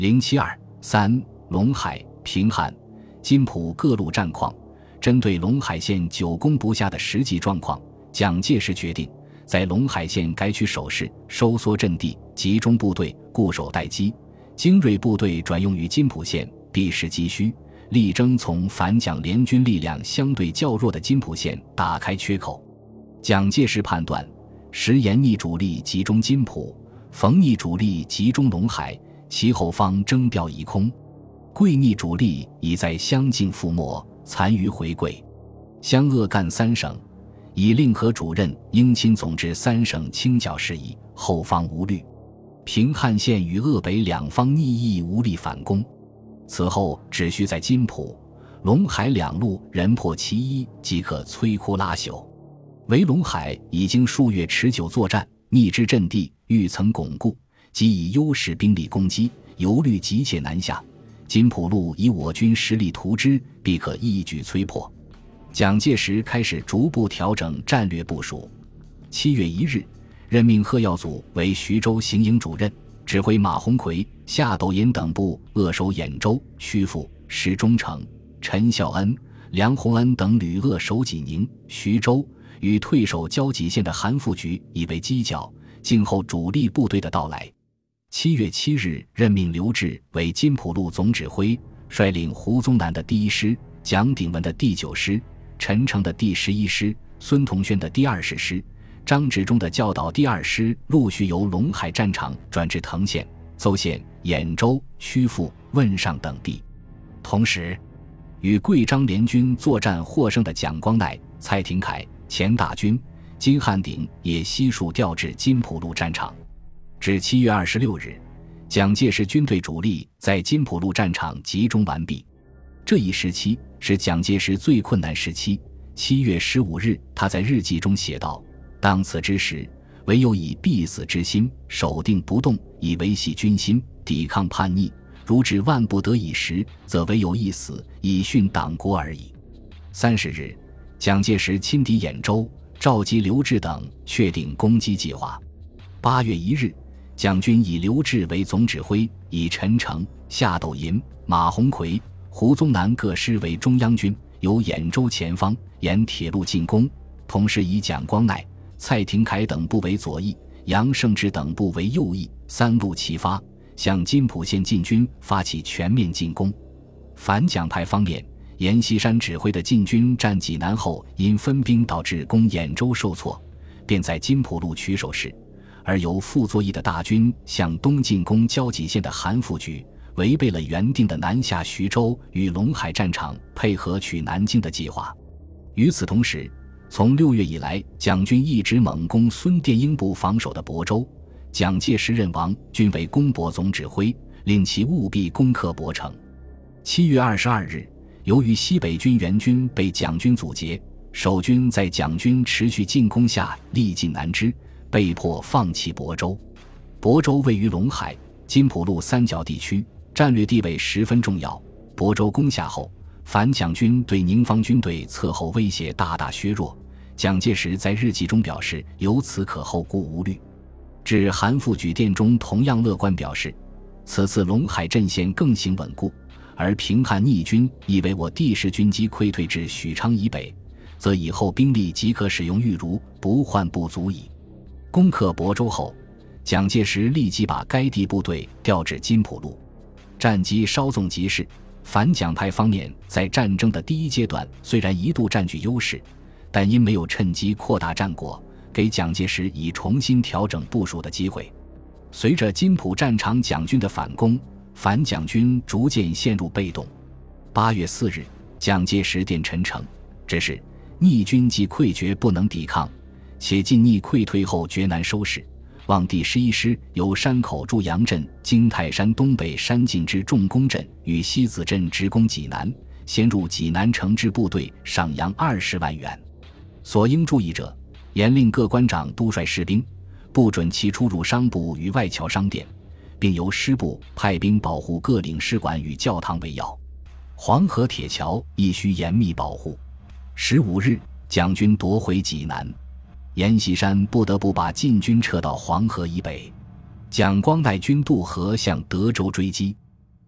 072-3陇海、平汉、津浦各路战况。针对陇海县久攻不下的实际状况，蒋介石决定在陇海县改取守势，收缩阵地，集中部队，固守待机，精锐部队转用于津浦县，避实击虚，力争从反蒋联军力量相对较弱的津浦县打开缺口。蒋介石判断，时严逆主力集中津浦，冯逆主力集中陇海，其后方征调已空，桂逆主力已在襄境覆没，残余回归。湘鄂赣三省以令和主任应亲总治三省清剿事宜，后方无虑。平汉县与鄂北两方逆意无力反攻，此后只需在津浦、陇海两路人破其一即可摧枯拉朽。围陇海已经数月持久作战，逆之阵地愈曾巩固，即以优势兵力攻击，犹虑急切南下。津浦路以我军实力图之，必可一举摧破。蒋介石开始逐步调整战略部署。7月1日，任命贺耀祖为徐州行营主任，指挥马鸿逵、夏斗寅等部扼守兖州、曲阜、石中城；陈孝恩、梁鸿恩等旅扼守济宁、徐州，与退守交集县的韩复榘以为犄角，静候主力部队的到来。7月7日，任命刘峙为津浦路总指挥，率领胡宗南的第1师、蒋鼎文的第9师、陈诚的第11师、孙同轩的第20师、张治中的教导第2师陆续由陇海战场转至藤县、邹县、兖州、曲阜、汶上等地。同时，与桂张联军作战获胜的蒋光鼐、蔡廷锴、钱大钧、金汉鼎也悉数调至津浦路战场。至7月26日，蒋介石军队主力在津浦路战场集中完毕。这一时期是蒋介石最困难时期。7月15日，他在日记中写道：当此之时，唯有以必死之心，守定不动，以维系军心，抵抗叛逆。如至万不得已时，则唯有一死，以殉党国而已。30日，蒋介石亲抵兖州，召集刘峙等，确定攻击计划。8月1日，蒋军以刘峙为总指挥，以陈诚、夏斗寅、马鸿逵、胡宗南各师为中央军，由兖州前方沿铁路进攻，同时以蒋光鼐、蔡廷锴等部为左翼，杨胜之等部为右翼，三路齐发，向津浦县进军发起全面进攻。反蒋派方面，阎锡山指挥的进军占济南后，因分兵导致攻兖州受挫，便在津浦路取守势，而由傅作义的大军向东进攻交集县的韩复榘，违背了原定的南下徐州与陇海战场配合取南京的计划。与此同时，从6月以来，蒋军一直猛攻孙殿英部防守的亳州，蒋介石任王均为攻亳总指挥，令其务必攻克亳城。7月22日，由于西北军援军被蒋军阻截，守军在蒋军持续进攻下力尽难支，被迫放弃亳州。亳州位于陇海、津浦路三角地区，战略地位十分重要。亳州攻下后，反蒋军对宁方军队侧后威胁大大削弱。蒋介石在日记中表示，由此可后顾无虑。至韩复榘电中同样乐观表示，此次陇海阵线更形稳固，而平汉逆军亦为我第10军机溃退至许昌以北，则以后兵力即可使用愈如，不患不足矣。攻克亳州后，蒋介石立即把该地部队调至津浦路，战机稍纵即逝。反蒋派方面在战争的第1阶段虽然一度占据优势，但因没有趁机扩大战果，给蒋介石以重新调整部署的机会。随着津浦战场蒋军的反攻，反蒋军逐渐陷入被动。8月4日，蒋介石电陈诚，指示逆军既溃决不能抵抗，且进逆溃退后绝难收拾，望第11师由山口驻阳镇经泰山东北山进之重工镇与西子镇直攻济南，先入济南城之部队上扬20万元。所应注意者，严令各官长督率士兵，不准其出入商埠与外侨商店，并由师部派兵保护各领事馆与教堂为要。黄河铁桥亦需严密保护。15日，蒋军夺回济南，阎锡山不得不把进军撤到黄河以北。蒋光鼐军渡河向德州追击。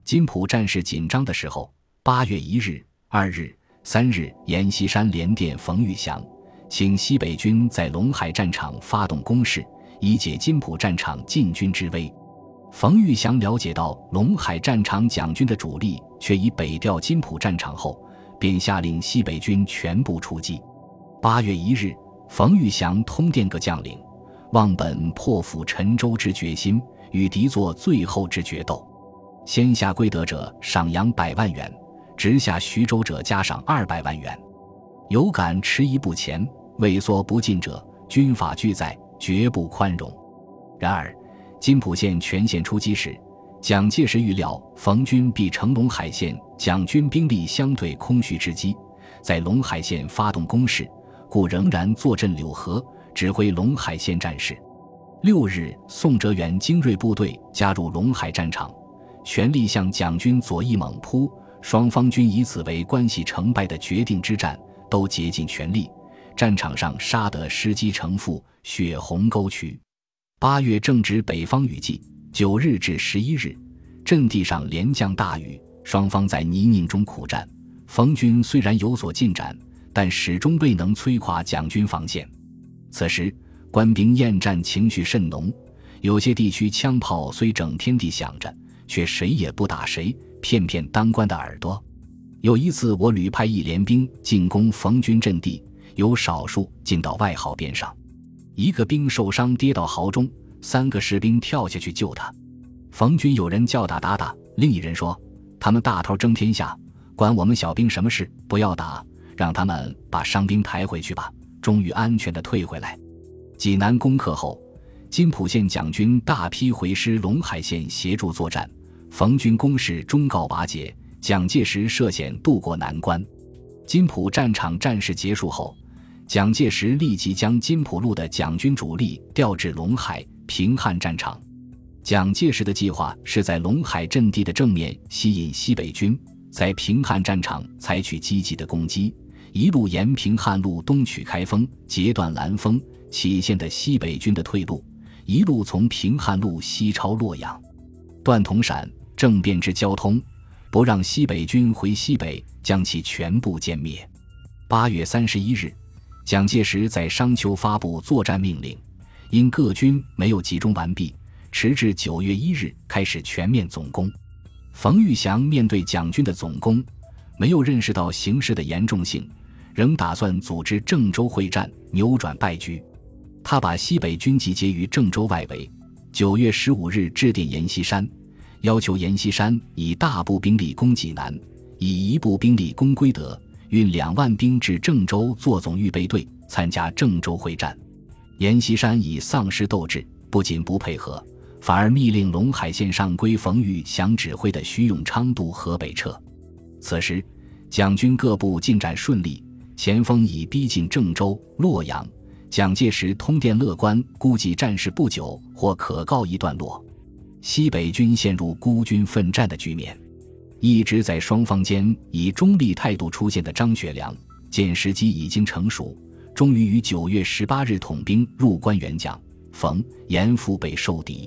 津浦战事紧张的时候，8月1日、2日、3日，阎锡山联电冯玉祥，请西北军在陇海战场发动攻势，以解津浦战场进军之危。冯玉祥了解到陇海战场蒋军的主力却已北调津浦战场后，便下令西北军全部出击。8月1日，冯玉祥通电各将领，望本破釜沉舟之决心，与敌作最后之决斗。先下归德者赏洋100万元，直下徐州者加赏200万元。有敢迟疑不前、畏缩不进者，军法俱在，绝不宽容。然而津浦线全线出击时，蒋介石预料冯军必乘陇海线蒋军兵力相对空虚之机，在陇海线发动攻势，故仍然坐镇柳河，指挥陇海线战事。6日，宋哲元精锐部队加入陇海战场，全力向蒋军左翼猛扑，双方均以此为关系成败的决定之战，都竭尽全力，战场上杀得尸机成覆，血红沟渠。8月正值北方雨季，9日至11日，阵地上连降大雨，双方在泥泞中苦战。冯军虽然有所进展，但始终未能摧垮蒋军防线。此时官兵厌战情绪甚浓，有些地区枪炮虽整天地响着，却谁也不打谁，片片当官的耳朵。有一次我旅派一连兵进攻冯军阵地，有少数进到外壕边上，一个兵受伤跌到壕中，3个士兵跳下去救他。冯军有人叫打，另一人说他们大头争天下，管我们小兵什么事，不要打，让他们把伤兵抬回去吧。终于安全地退回来。济南攻克后，津浦线蒋军大批回师陇海线协助作战，冯军攻势终告瓦解，蒋介石涉险渡过难关。津浦战场战事结束后，蒋介石立即将津浦路的蒋军主力调至陇海、平汉战场。蒋介石的计划是在陇海阵地的正面吸引西北军，在平汉战场采取积极的攻击，一路沿平汉路东取开封，截断兰丰、杞县的西北军的退路，一路从平汉路西抄洛阳，断铜陕、政变之交通，不让西北军回西北，将其全部歼灭。8月31日，蒋介石在商丘发布作战命令，因各军没有集中完毕，迟至9月1日开始全面总攻。冯玉祥面对蒋军的总攻，没有认识到形势的严重性，仍打算组织郑州会战，扭转败局。他把西北军集结于郑州外围，9月15日致电阎锡山，要求阎锡山以大部兵力攻济南，以一部兵力攻归德，运2万兵至郑州做总预备队，参加郑州会战。阎锡山以丧失斗志，不仅不配合，反而密令陇海线上归冯玉祥指挥的徐永昌渡河北撤。此时蒋军各部进展顺利，前锋已逼近郑州、洛阳。蒋介石通电乐观，估计战事不久或可告一段落。西北军陷入孤军奋战的局面。一直在双方间以中立态度出现的张学良，见时机已经成熟，终于于9月18日统兵入关援蒋，冯、阎复被受敌。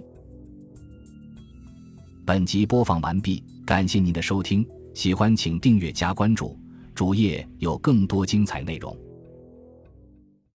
本集播放完毕，感谢您的收听，喜欢请订阅加关注，主页有更多精彩内容。